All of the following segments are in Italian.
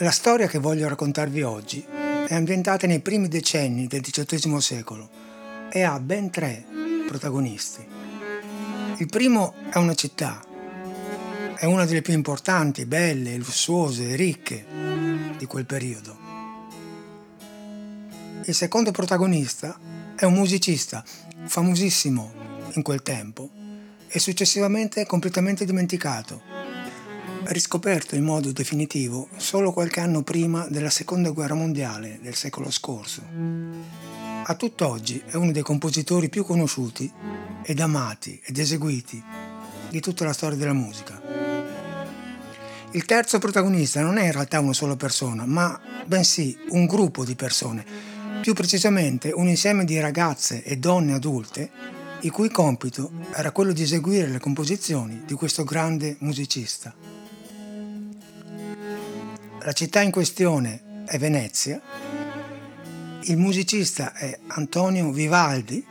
La storia che voglio raccontarvi oggi è ambientata nei primi decenni del XVIII secolo e ha ben 3 protagonisti. Il primo è una città, è una delle più importanti, belle, lussuose e ricche di quel periodo. Il secondo protagonista è un musicista famosissimo in quel tempo e successivamente completamente dimenticato, riscoperto in modo definitivo solo qualche anno prima della Seconda Guerra Mondiale del secolo scorso. A tutt'oggi è uno dei compositori più conosciuti ed amati ed eseguiti di tutta la storia della musica. Il terzo protagonista non è in realtà una sola persona, ma bensì un gruppo di persone, più precisamente un insieme di ragazze e donne adulte, il cui compito era quello di eseguire le composizioni di questo grande musicista. La città in questione è Venezia, il musicista è Antonio Vivaldi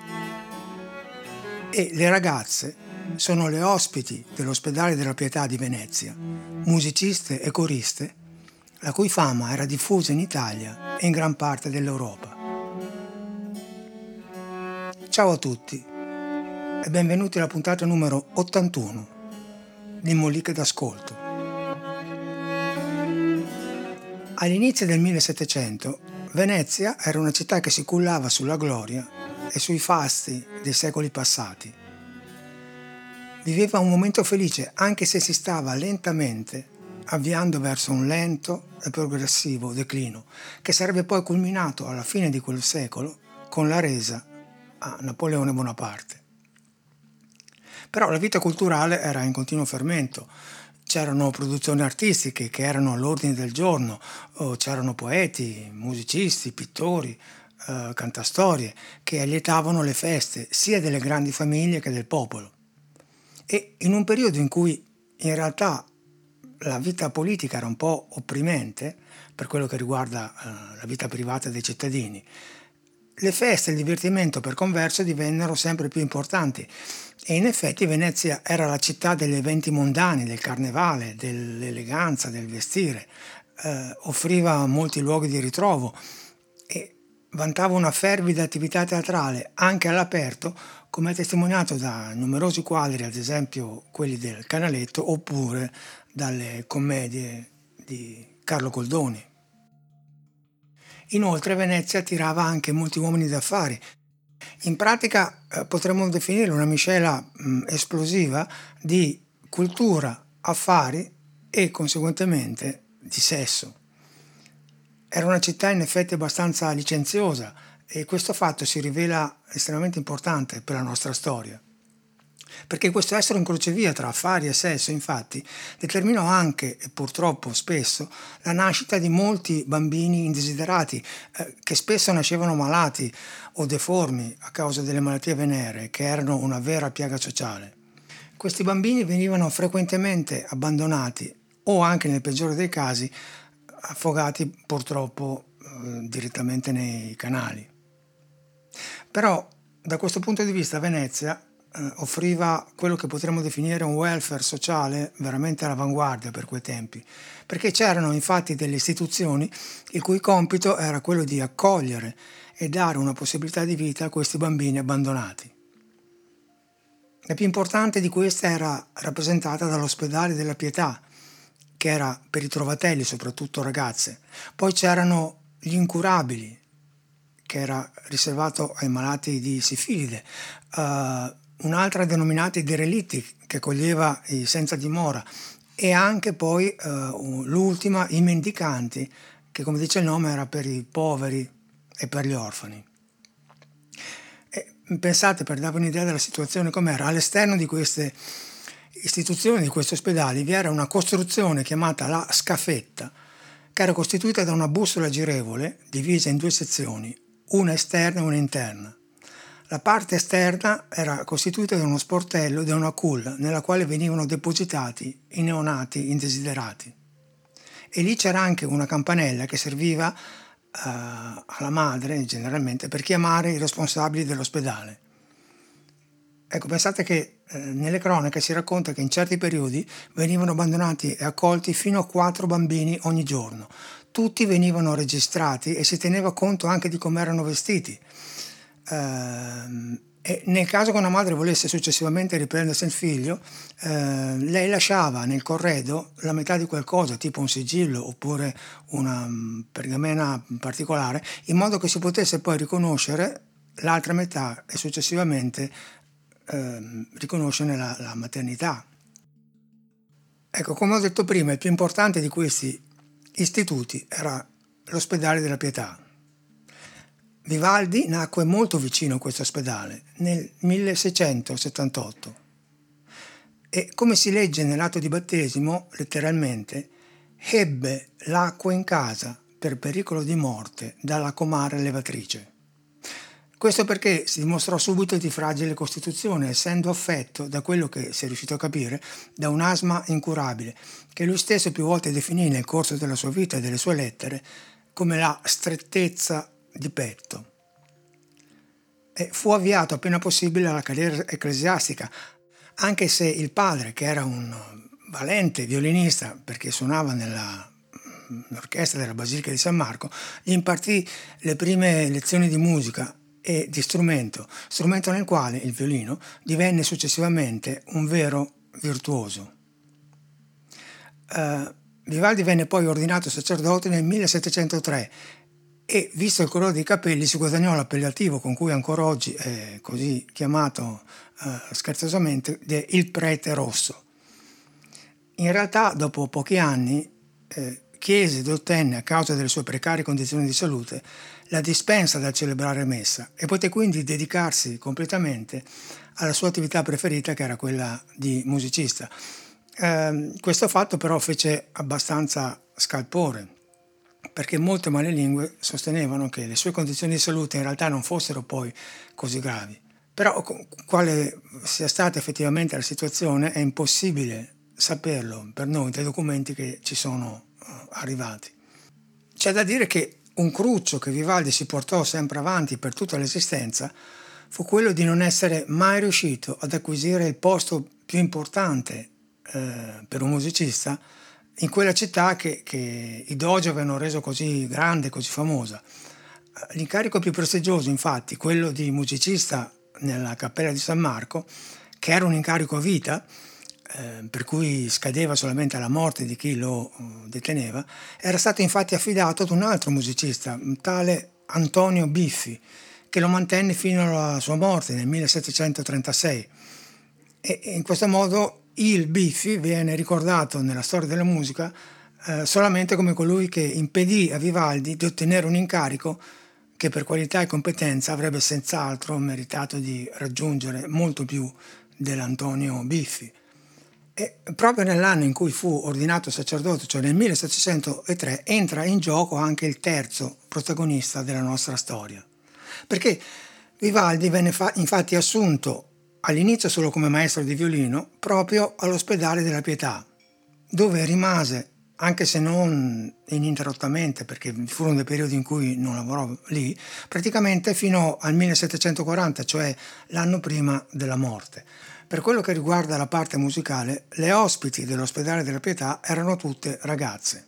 e le ragazze sono le ospiti dell'Ospedale della Pietà di Venezia, musiciste e coriste, la cui fama era diffusa in Italia e in gran parte dell'Europa. Ciao a tutti e benvenuti alla puntata numero 81 di Molliche d'Ascolto. All'inizio del 1700 Venezia era una città che si cullava sulla gloria e sui fasti dei secoli passati. Viveva un momento felice anche se si stava lentamente avviando verso un lento e progressivo declino che sarebbe poi culminato alla fine di quel secolo con la resa a Napoleone Bonaparte. Però la vita culturale era in continuo fermento. C'erano produzioni artistiche che erano all'ordine del giorno, c'erano poeti, musicisti, pittori, cantastorie che allietavano le feste sia delle grandi famiglie che del popolo. E in un periodo in cui in realtà la vita politica era un po' opprimente per quello che riguarda la vita privata dei cittadini, le feste e il divertimento per converso divennero sempre più importanti. E in effetti Venezia era la città degli eventi mondani, del carnevale, dell'eleganza, del vestire, offriva molti luoghi di ritrovo e vantava una fervida attività teatrale anche all'aperto, come è testimoniato da numerosi quadri, ad esempio quelli del Canaletto oppure dalle commedie di Carlo Goldoni. Inoltre Venezia attirava anche molti uomini d'affari. In pratica potremmo definire una miscela esplosiva di cultura, affari e conseguentemente di sesso. Era una città in effetti abbastanza licenziosa e questo fatto si rivela estremamente importante per la nostra storia. Perché questo essere un crocevia tra affari e sesso, infatti, determinò anche, e purtroppo spesso, la nascita di molti bambini indesiderati, che spesso nascevano malati o deformi a causa delle malattie veneree, che erano una vera piaga sociale. Questi bambini venivano frequentemente abbandonati o anche, nel peggiore dei casi, affogati purtroppo direttamente nei canali. Però, da questo punto di vista, Venezia offriva quello che potremmo definire un welfare sociale veramente all'avanguardia per quei tempi, perché c'erano infatti delle istituzioni il cui compito era quello di accogliere e dare una possibilità di vita a questi bambini abbandonati. La più importante di queste era rappresentata dall'Ospedale della Pietà, che era per i trovatelli, soprattutto ragazze. Poi c'erano gli incurabili, che era riservato ai malati di sifilide, un'altra denominata i derelitti, che accoglieva i senza dimora, e anche poi l'ultima, i mendicanti, che come dice il nome era per i poveri e per gli orfani. E pensate, per darvi un'idea della situazione com'era, all'esterno di queste istituzioni, di questi ospedali, vi era una costruzione chiamata la scafetta, che era costituita da una bussola girevole divisa in 2 sezioni, una esterna e una interna. La parte esterna era costituita da uno sportello e da una culla nella quale venivano depositati i neonati indesiderati. E lì c'era anche una campanella che serviva alla madre, generalmente, per chiamare i responsabili dell'ospedale. Ecco, pensate che nelle cronache si racconta che in certi periodi venivano abbandonati e accolti fino a 4 bambini ogni giorno, tutti venivano registrati e si teneva conto anche di come erano vestiti. E nel caso che una madre volesse successivamente riprendersi il figlio, lei lasciava nel corredo la metà di qualcosa, tipo un sigillo oppure una pergamena particolare, in modo che si potesse poi riconoscere l'altra metà e successivamente riconoscere la maternità. Ecco, come ho detto prima, il più importante di questi istituti era l'ospedale della Pietà. Vivaldi nacque molto vicino a questo ospedale, nel 1678, e come si legge nell'atto di battesimo, letteralmente, ebbe l'acqua in casa per pericolo di morte dalla comare levatrice. Questo perché si dimostrò subito di fragile costituzione, essendo affetto, da quello che si è riuscito a capire, da un asma incurabile, che lui stesso più volte definì nel corso della sua vita e delle sue lettere come la strettezza di petto. E fu avviato appena possibile alla carriera ecclesiastica, anche se il padre, che era un valente violinista perché suonava nell'orchestra della Basilica di San Marco, gli impartì le prime lezioni di musica e di strumento nel quale il violino divenne successivamente un vero virtuoso. Vivaldi venne poi ordinato sacerdote nel 1703 e, visto il colore dei capelli, si guadagnò l'appellativo con cui ancora oggi è così chiamato scherzosamente il prete rosso. In realtà, dopo pochi anni, chiese ed ottenne, a causa delle sue precarie condizioni di salute, la dispensa dal celebrare messa e poté quindi dedicarsi completamente alla sua attività preferita, che era quella di musicista. Questo fatto però fece abbastanza scalpore, perché molte malelingue sostenevano che le sue condizioni di salute in realtà non fossero poi così gravi. Però quale sia stata effettivamente la situazione è impossibile saperlo per noi dai documenti che ci sono arrivati. C'è da dire che un cruccio che Vivaldi si portò sempre avanti per tutta l'esistenza fu quello di non essere mai riuscito ad acquisire il posto più importante per un musicista in quella città che i doge avevano reso così grande, così famosa. L'incarico più prestigioso, infatti, quello di musicista nella Cappella di San Marco, che era un incarico a vita, per cui scadeva solamente alla morte di chi lo deteneva, era stato infatti affidato ad un altro musicista, un tale Antonio Biffi, che lo mantenne fino alla sua morte nel 1736. E in questo modo il Biffi viene ricordato nella storia della musica solamente come colui che impedì a Vivaldi di ottenere un incarico che per qualità e competenza avrebbe senz'altro meritato di raggiungere molto più dell'Antonio Biffi. E proprio nell'anno in cui fu ordinato sacerdote, cioè nel 1703, entra in gioco anche il terzo protagonista della nostra storia. Perché Vivaldi venne infatti assunto all'inizio solo come maestro di violino proprio all'ospedale della Pietà, dove rimase, anche se non ininterrottamente, perché vi furono dei periodi in cui non lavorò lì, praticamente fino al 1740, cioè l'anno prima della morte. Per quello che riguarda la parte musicale, le ospiti dell'ospedale della Pietà erano tutte ragazze.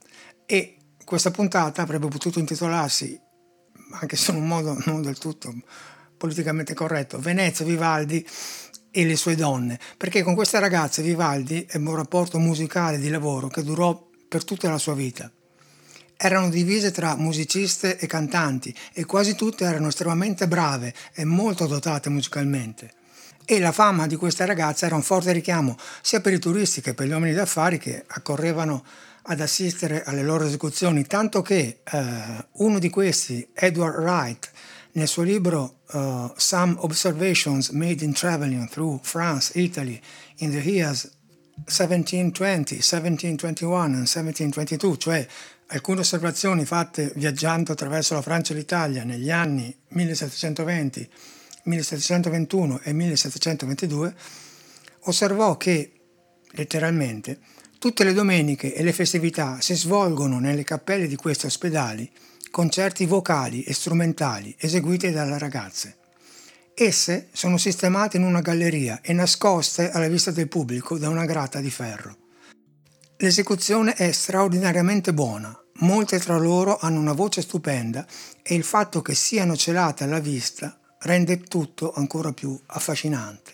E questa puntata avrebbe potuto intitolarsi, anche se in un modo non del tutto politicamente corretto, Venezia, Vivaldi e le sue donne, perché con queste ragazze Vivaldi ebbe un rapporto musicale di lavoro che durò per tutta la sua vita. Erano divise tra musiciste e cantanti e quasi tutte erano estremamente brave e molto dotate musicalmente. E la fama di queste ragazze era un forte richiamo sia per i turisti che per gli uomini d'affari che accorrevano ad assistere alle loro esecuzioni, tanto che uno di questi, Edward Wright, nel suo libro Some Observations Made in Traveling Through France, Italy, in the years 1720, 1721 and 1722, cioè alcune osservazioni fatte viaggiando attraverso la Francia e l'Italia negli anni 1720, 1721 e 1722, osservò che, letteralmente, tutte le domeniche e le festività si svolgono nelle cappelle di questi ospedali concerti vocali e strumentali eseguiti dalle ragazze. Esse sono sistemate in una galleria e nascoste alla vista del pubblico da una grata di ferro. L'esecuzione è straordinariamente buona, Molte tra loro hanno una voce stupenda e il fatto che siano celate alla vista rende tutto ancora più affascinante.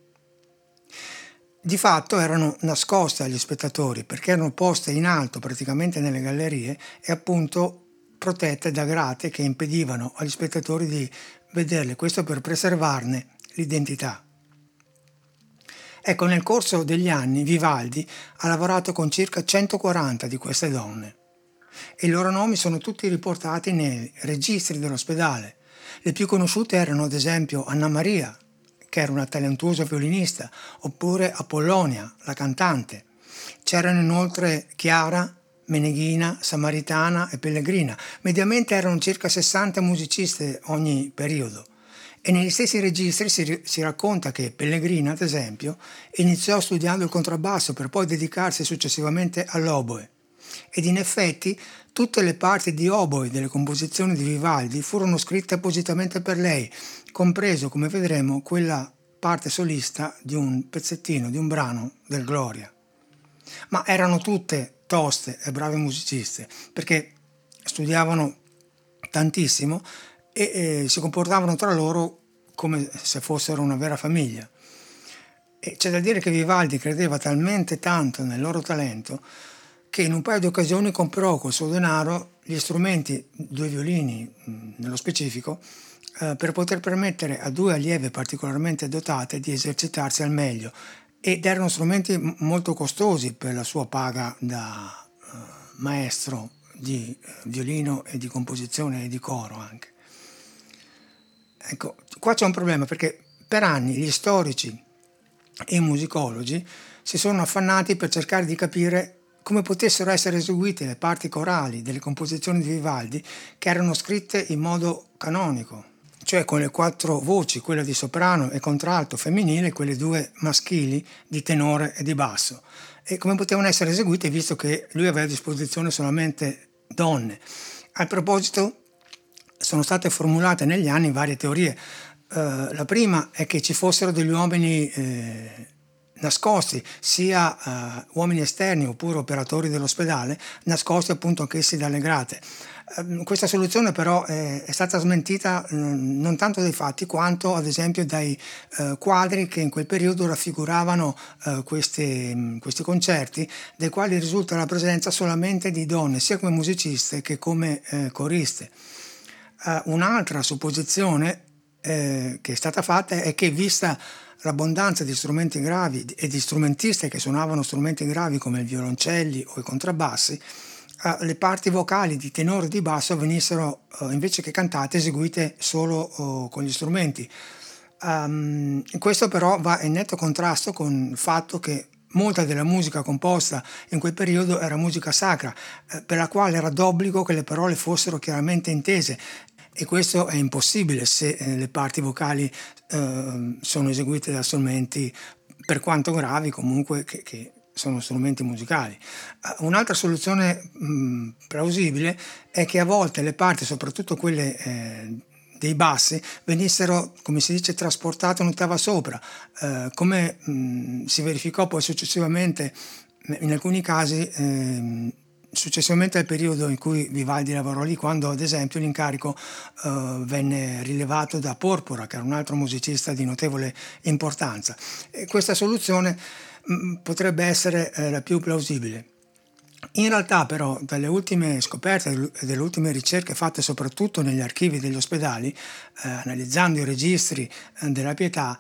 Di fatto erano nascoste agli spettatori perché erano poste in alto praticamente nelle gallerie e appunto protette da grate che impedivano agli spettatori di vederle, questo per preservarne l'identità. Ecco, nel corso degli anni Vivaldi ha lavorato con circa 140 di queste donne e i loro nomi sono tutti riportati nei registri dell'ospedale. Le più conosciute erano ad esempio Anna Maria, che era una talentuosa violinista, oppure Apollonia, la cantante. C'erano inoltre Chiara, Meneghina, Samaritana e Pellegrina. Mediamente erano circa 60 musiciste ogni periodo. E negli stessi registri si racconta che Pellegrina, ad esempio, iniziò studiando il contrabbasso per poi dedicarsi successivamente all'oboe. Ed in effetti tutte le parti di oboe delle composizioni di Vivaldi furono scritte appositamente per lei, compreso, come vedremo, quella parte solista di un pezzettino, di un brano del Gloria. Ma erano tutte toste e brave musiciste, perché studiavano tantissimo e si comportavano tra loro come se fossero una vera famiglia. E c'è da dire che Vivaldi credeva talmente tanto nel loro talento che in un paio di occasioni comprò col suo denaro gli strumenti, 2 violini nello specifico, per poter permettere a 2 allieve particolarmente dotate di esercitarsi al meglio, ed erano strumenti molto costosi per la sua paga da maestro di violino e di composizione e di coro anche. Ecco, qua c'è un problema perché per anni gli storici e i musicologi si sono affannati per cercare di capire come potessero essere eseguite le parti corali delle composizioni di Vivaldi che erano scritte in modo canonico, cioè con le 4 voci, quella di soprano e contralto femminile e quelle 2 maschili di tenore e di basso, e come potevano essere eseguite visto che lui aveva a disposizione solamente donne. A proposito, sono state formulate negli anni varie teorie. La prima è che ci fossero degli uomini nascosti, sia uomini esterni oppure operatori dell'ospedale, nascosti appunto anch'essi dalle grate. Questa soluzione però è stata smentita non tanto dai fatti quanto ad esempio dai quadri che in quel periodo raffiguravano questi concerti, dai quali risulta la presenza solamente di donne sia come musiciste che come coriste. Un'altra supposizione che è stata fatta è che, vista l'abbondanza di strumenti gravi e di strumentiste che suonavano strumenti gravi come i violoncelli o i contrabbassi, le parti vocali di tenore e di basso venissero invece che cantate eseguite solo con gli strumenti. Questo però va in netto contrasto con il fatto che molta della musica composta in quel periodo era musica sacra, per la quale era d'obbligo che le parole fossero chiaramente intese, e questo è impossibile se le parti vocali sono eseguite da strumenti, per quanto gravi, comunque che sono strumenti musicali. Un'altra soluzione plausibile è che a volte le parti, soprattutto quelle dei bassi, venissero, come si dice, trasportate un'ottava sopra, come si verificò poi successivamente in alcuni casi, successivamente al periodo in cui Vivaldi lavorò lì, quando ad esempio l'incarico venne rilevato da Porpora, che era un altro musicista di notevole importanza. E questa soluzione potrebbe essere la più plausibile. In realtà però dalle ultime scoperte e delle ultime ricerche fatte soprattutto negli archivi degli ospedali, analizzando i registri della Pietà,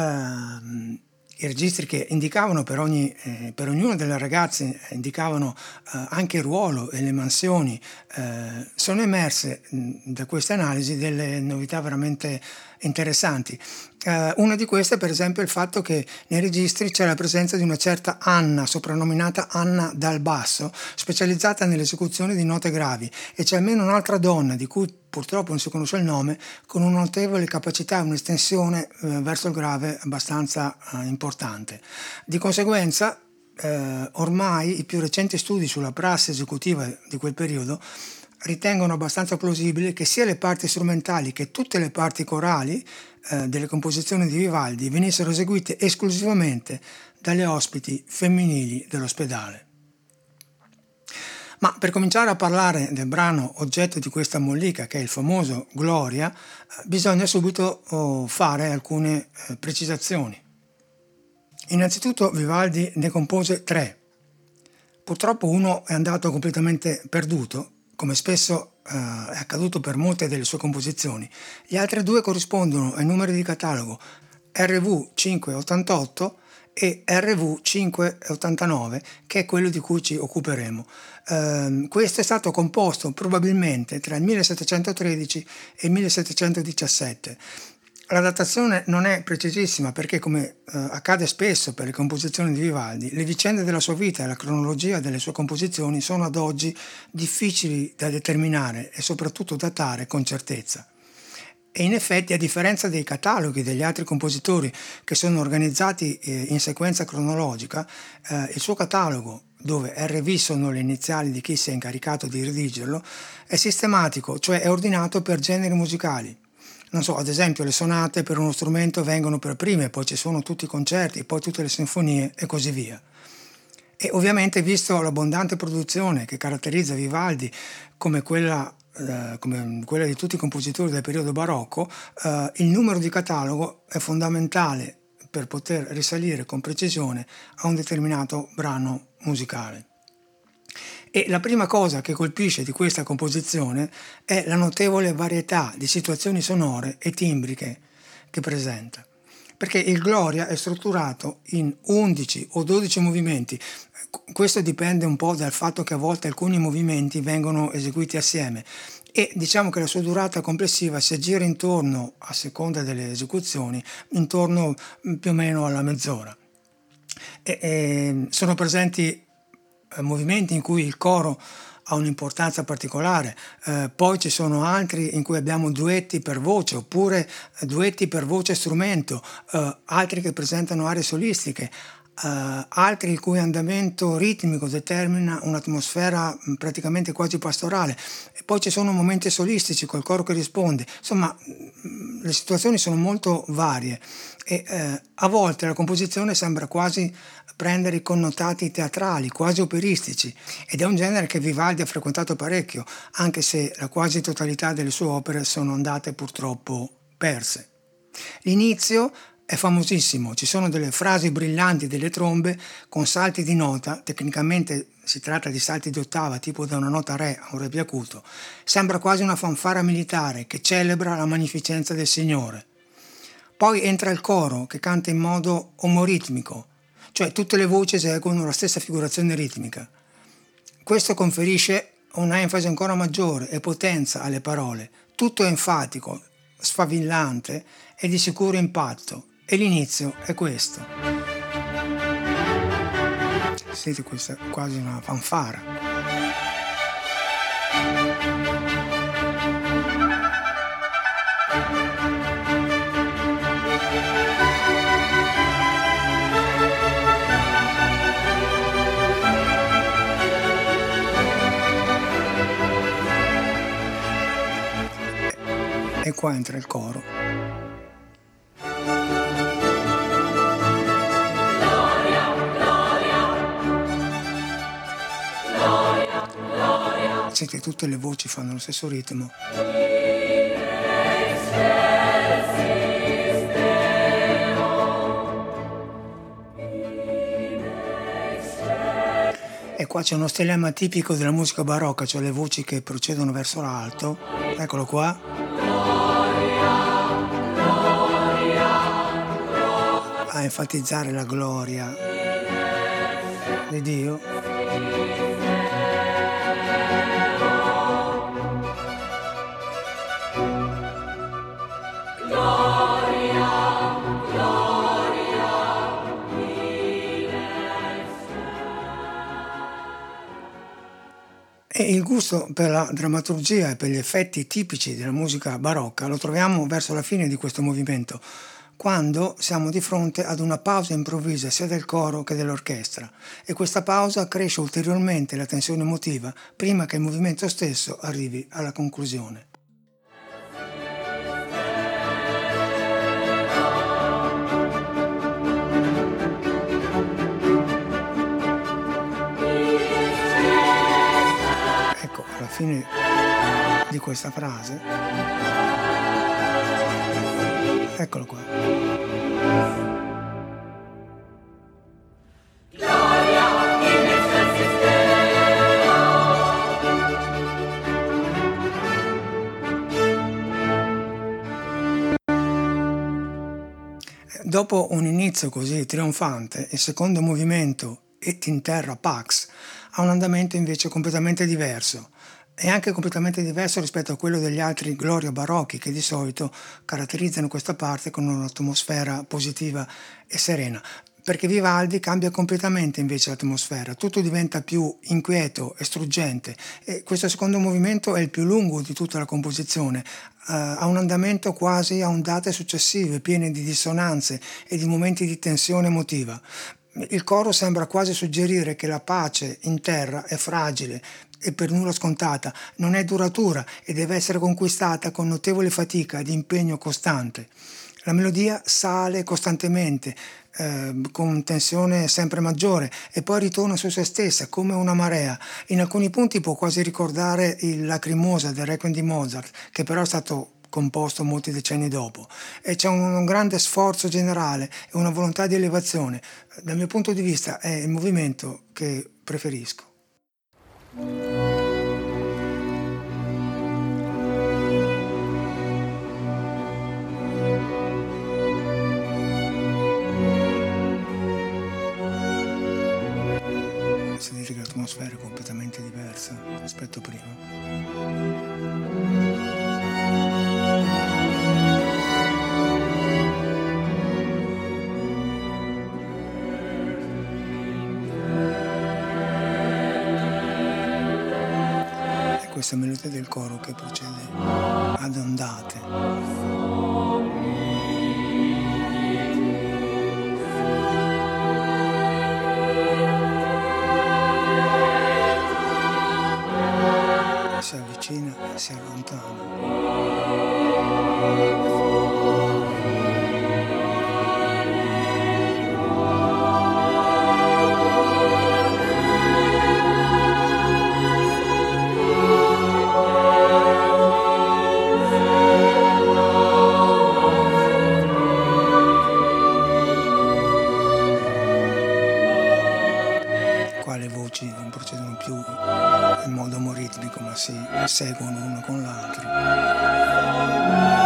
i registri che indicavano per ognuna delle ragazze indicavano anche il ruolo e le mansioni, sono emerse da queste analisi delle novità veramente interessanti. Una di queste, per esempio, è il fatto che nei registri c'è la presenza di una certa Anna, soprannominata Anna dal basso, specializzata nell'esecuzione di note gravi, e c'è almeno un'altra donna, di cui purtroppo non si conosce il nome, con una notevole capacità e un'estensione verso il grave abbastanza importante. Di conseguenza, ormai i più recenti studi sulla prassi esecutiva di quel periodo ritengono abbastanza plausibile che sia le parti strumentali che tutte le parti corali delle composizioni di Vivaldi venissero eseguite esclusivamente dalle ospiti femminili dell'ospedale. Ma per cominciare a parlare del brano oggetto di questa mollica, che è il famoso Gloria, bisogna subito fare alcune precisazioni. Innanzitutto Vivaldi ne compose 3. Purtroppo uno è andato completamente perduto, come spesso è accaduto per molte delle sue composizioni. Gli altri 2 corrispondono ai numeri di catalogo RV 588 e RV 589, che è quello di cui ci occuperemo. Questo è stato composto probabilmente tra il 1713 e il 1717. La datazione non è precisissima perché, come accade spesso per le composizioni di Vivaldi, le vicende della sua vita e la cronologia delle sue composizioni sono ad oggi difficili da determinare e soprattutto datare con certezza. E in effetti, a differenza dei cataloghi degli altri compositori che sono organizzati in sequenza cronologica, il suo catalogo, dove RV sono le iniziali di chi si è incaricato di redigerlo, è sistematico, cioè è ordinato per generi musicali. Non so, ad esempio le sonate per uno strumento vengono per prime, poi ci sono tutti i concerti, poi tutte le sinfonie e così via. E ovviamente, visto l'abbondante produzione che caratterizza Vivaldi come quella di tutti i compositori del periodo barocco, il numero di catalogo è fondamentale per poter risalire con precisione a un determinato brano musicale. E la prima cosa che colpisce di questa composizione è la notevole varietà di situazioni sonore e timbriche che presenta, perché il Gloria è strutturato in 11 o 12 movimenti. Questo dipende un po' dal fatto che a volte alcuni movimenti vengono eseguiti assieme e diciamo che la sua durata complessiva si aggira intorno, a seconda delle esecuzioni, intorno più o meno alla mezz'ora. Sono presenti movimenti in cui il coro ha un'importanza particolare, poi ci sono altri in cui abbiamo duetti per voce oppure duetti per voce e strumento, altri che presentano aree solistiche, altri il cui andamento ritmico determina un'atmosfera praticamente quasi pastorale, e poi ci sono momenti solistici col coro che risponde. Insomma, le situazioni sono molto varie e a volte la composizione sembra quasi prendere i connotati teatrali, quasi operistici, ed è un genere che Vivaldi ha frequentato parecchio, anche se la quasi totalità delle sue opere sono andate purtroppo perse. L'inizio è famosissimo, ci sono delle frasi brillanti delle trombe con salti di nota, tecnicamente si tratta di salti di ottava, tipo da una nota re a un re più acuto. Sembra quasi una fanfara militare che celebra la magnificenza del Signore. Poi entra il coro che canta in modo omoritmico, cioè tutte le voci eseguono la stessa figurazione ritmica. Questo conferisce una enfasi ancora maggiore e potenza alle parole. Tutto è enfatico, sfavillante e di sicuro impatto. E l'inizio è questo. Senti, questa è quasi una fanfara. E qua entra il coro. Senti, tutte le voci fanno lo stesso ritmo. E qua c'è uno stilema tipico della musica barocca, cioè le voci che procedono verso l'alto. Eccolo qua. A enfatizzare la gloria di Dio. E il gusto per la drammaturgia e per gli effetti tipici della musica barocca lo troviamo verso la fine di questo movimento, quando siamo di fronte ad una pausa improvvisa sia del coro che dell'orchestra, e questa pausa cresce ulteriormente la tensione emotiva prima che il movimento stesso arrivi alla conclusione. fine di questa frase, eccolo qua. Dopo un inizio così trionfante, il secondo movimento, Et in terra pax, ha un andamento invece completamente diverso, e anche completamente diverso rispetto a quello degli altri gloria barocchi che di solito caratterizzano questa parte con un'atmosfera positiva e serena. Perché Vivaldi cambia completamente invece l'atmosfera, tutto diventa più inquieto e struggente, e questo secondo movimento è il più lungo di tutta la composizione, ha un andamento quasi a ondate successive, piene di dissonanze e di momenti di tensione emotiva. Il coro sembra quasi suggerire che la pace in terra è fragile e per nulla scontata, non è duratura e deve essere conquistata con notevole fatica ed impegno costante. La melodia sale costantemente, con tensione sempre maggiore, e poi ritorna su se stessa come una marea. In alcuni punti può quasi ricordare il Lacrimosa del Requiem di Mozart, che però è stato composto molti decenni dopo, e c'è un grande sforzo generale e una volontà di elevazione. Dal mio punto di vista è il movimento che preferisco. Si dice che l'atmosfera è completamente diversa rispetto a prima. È questa melodia del coro che procede ad ondate. Si avvicina e si allontana. Qua le voci non procedono più in modo omoritmico, ma si seguono una con l'altra.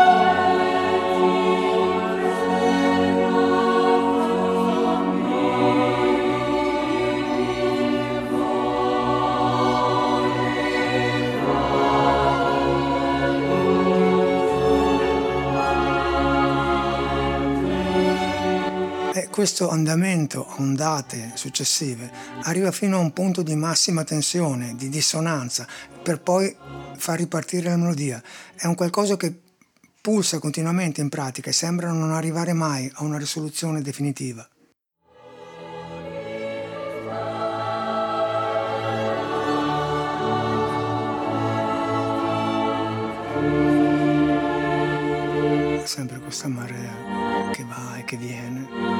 Questo andamento a ondate successive arriva fino a un punto di massima tensione, di dissonanza, per poi far ripartire la melodia. È un qualcosa che pulsa continuamente in pratica e sembra non arrivare mai a una risoluzione definitiva. È sempre questa marea che va e che viene.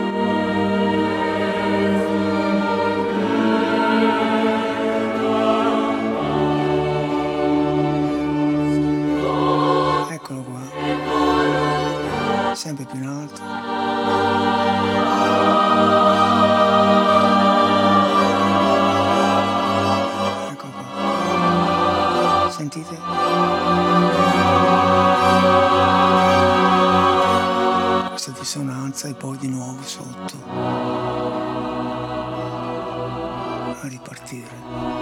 Eccolo qua, sempre più in alto. Eccolo qua, sentite? Questa dissonanza e poi di nuovo sotto a ripartire.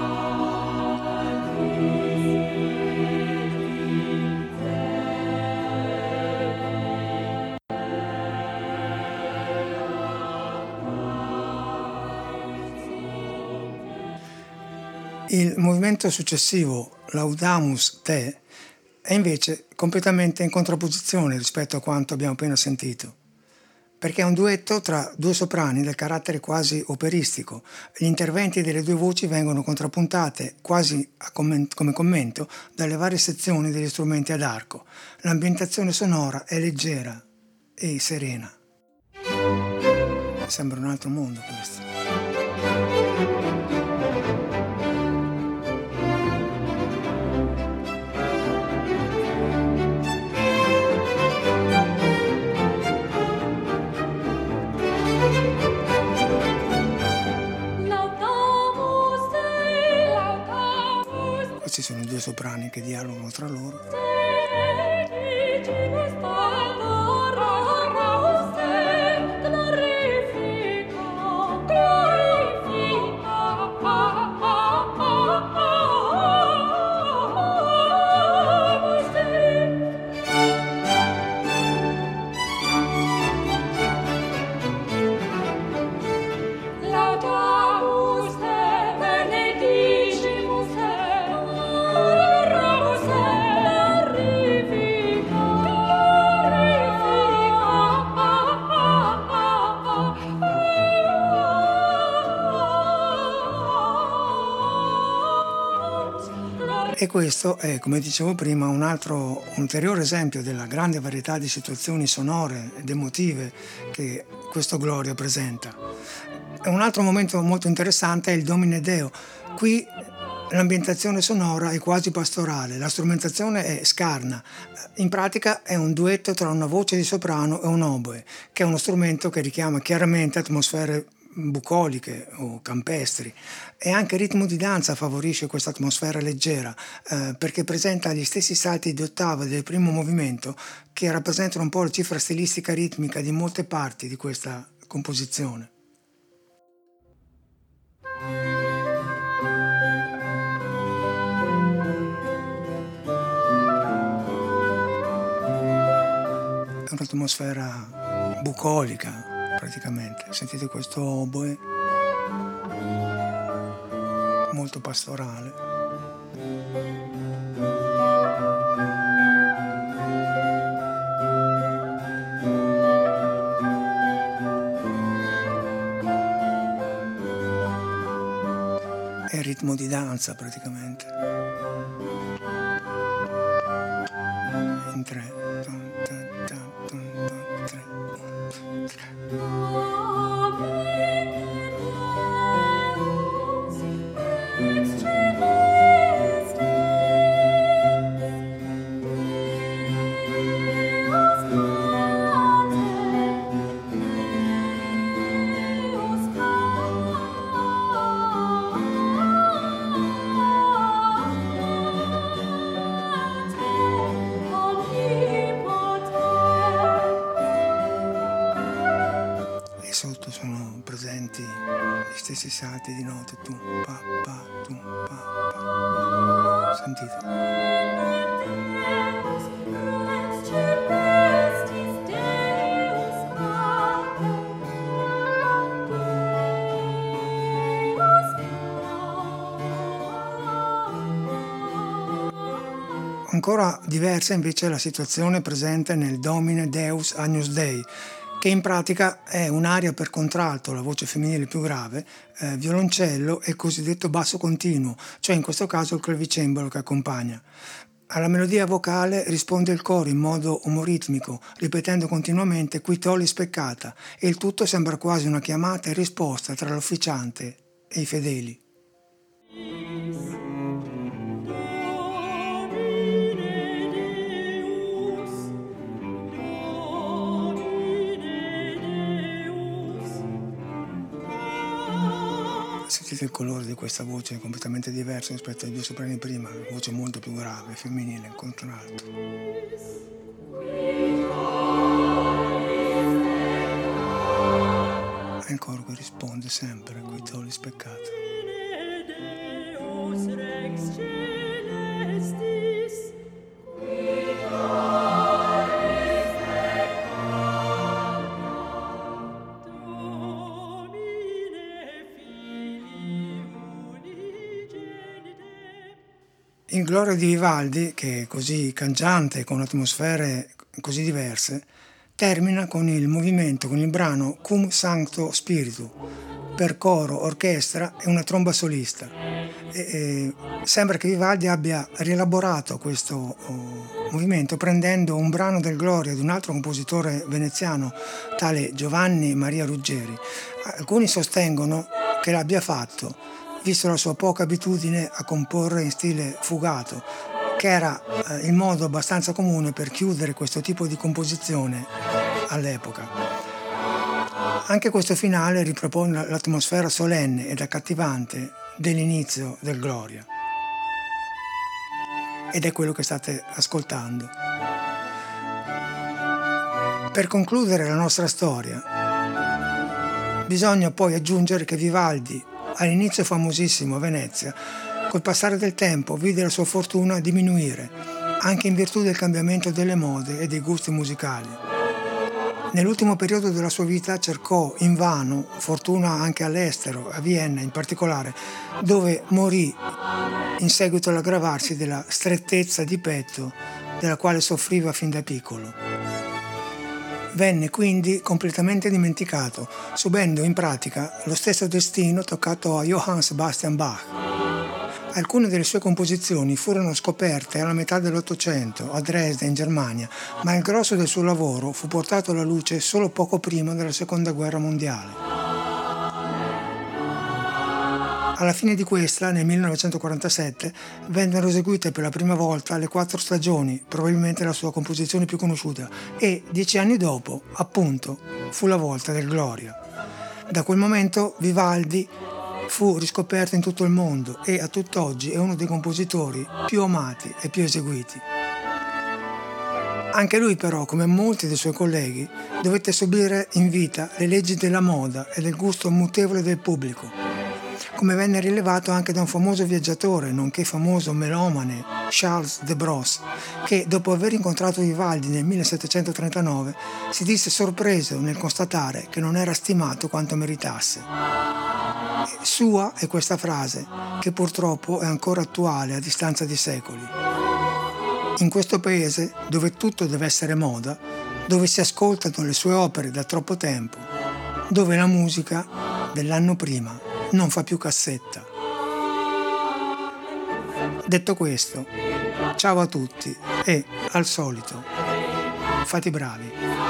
Il movimento successivo, Laudamus Te, è invece completamente in contrapposizione rispetto a quanto abbiamo appena sentito, perché è un duetto tra due soprani del carattere quasi operistico. Gli interventi delle due voci vengono contrappuntate quasi come commento dalle varie sezioni degli strumenti ad arco. L'ambientazione sonora è leggera e serena. Sembra un altro mondo questo. due soprani che dialogano tra loro. E questo è, come dicevo prima, un altro ulteriore esempio della grande varietà di situazioni sonore ed emotive che questo Gloria presenta. Un altro momento molto interessante è il Domine Deo. Qui l'ambientazione sonora è quasi pastorale, la strumentazione è scarna. In pratica è un duetto tra una voce di soprano e un oboe, che è uno strumento che richiama chiaramente atmosfere bucoliche o campestri, e anche il ritmo di danza favorisce questa atmosfera leggera, perché presenta gli stessi salti di ottava del primo movimento che rappresentano un po' la cifra stilistica ritmica di molte parti di questa composizione. È un'atmosfera bucolica praticamente. Sentite questo oboe molto pastorale. È il ritmo di danza praticamente. In tre. Sotto sono presenti gli stessi salti di note, tu pa pa, tu pa pa. Sentite. Ancora diversa invece è la situazione presente nel Domine Deus Agnus Dei, che in pratica è un'aria per contralto, la voce femminile più grave, violoncello e il cosiddetto basso continuo, cioè in questo caso il clavicembalo che accompagna. Alla melodia vocale risponde il coro in modo omoritmico, ripetendo continuamente "qui tollis peccata", e il tutto sembra quasi una chiamata e risposta tra l'officiante e i fedeli. Sentite il colore di questa voce, è completamente diverso rispetto ai due soprani prima, una voce molto più grave, femminile, in contralto. E il coro che risponde sempre, "qui tollis peccata". Il Gloria di Vivaldi, che è così cangiante, con atmosfere così diverse, termina con il movimento, con il brano Cum Sancto Spiritu, per coro, orchestra e una tromba solista. Sembra che Vivaldi abbia rielaborato questo movimento prendendo un brano del Gloria di un altro compositore veneziano, tale Giovanni Maria Ruggeri. Alcuni sostengono che l'abbia fatto visto la sua poca abitudine a comporre in stile fugato, che era il modo abbastanza comune per chiudere questo tipo di composizione all'epoca. Anche questo finale ripropone l'atmosfera solenne ed accattivante dell'inizio del Gloria. ed è quello che state ascoltando. Per concludere la nostra storia, bisogna poi aggiungere che Vivaldi, all'inizio famosissimo a Venezia, col passare del tempo vide la sua fortuna diminuire, anche in virtù del cambiamento delle mode e dei gusti musicali. Nell'ultimo periodo della sua vita cercò invano fortuna anche all'estero, a Vienna in particolare, dove morì in seguito all'aggravarsi della strettezza di petto della quale soffriva fin da piccolo. Venne quindi completamente dimenticato, subendo in pratica lo stesso destino toccato a Johann Sebastian Bach. Alcune delle sue composizioni furono scoperte alla metà dell'Ottocento a Dresda in Germania, ma il grosso del suo lavoro fu portato alla luce solo poco prima della Seconda Guerra Mondiale. Alla fine di questa, nel 1947, vennero eseguite per la prima volta le 4 stagioni, probabilmente la sua composizione più conosciuta, e 10 anni dopo, appunto, fu la volta del Gloria. Da quel momento Vivaldi fu riscoperto in tutto il mondo e a tutt'oggi è uno dei compositori più amati e più eseguiti. Anche lui però, come molti dei suoi colleghi, dovette subire in vita le leggi della moda e del gusto mutevole del pubblico, come venne rilevato anche da un famoso viaggiatore, nonché famoso melomane, Charles de Brosse, che dopo aver incontrato Vivaldi nel 1739 si disse sorpreso nel constatare che non era stimato quanto meritasse. Sua è questa frase, che purtroppo è ancora attuale a distanza di secoli. In questo paese, dove tutto deve essere moda, dove si ascoltano le sue opere da troppo tempo, dove la musica dell'anno prima non fa più cassetta. Detto questo, ciao a tutti e, al solito, fate i bravi.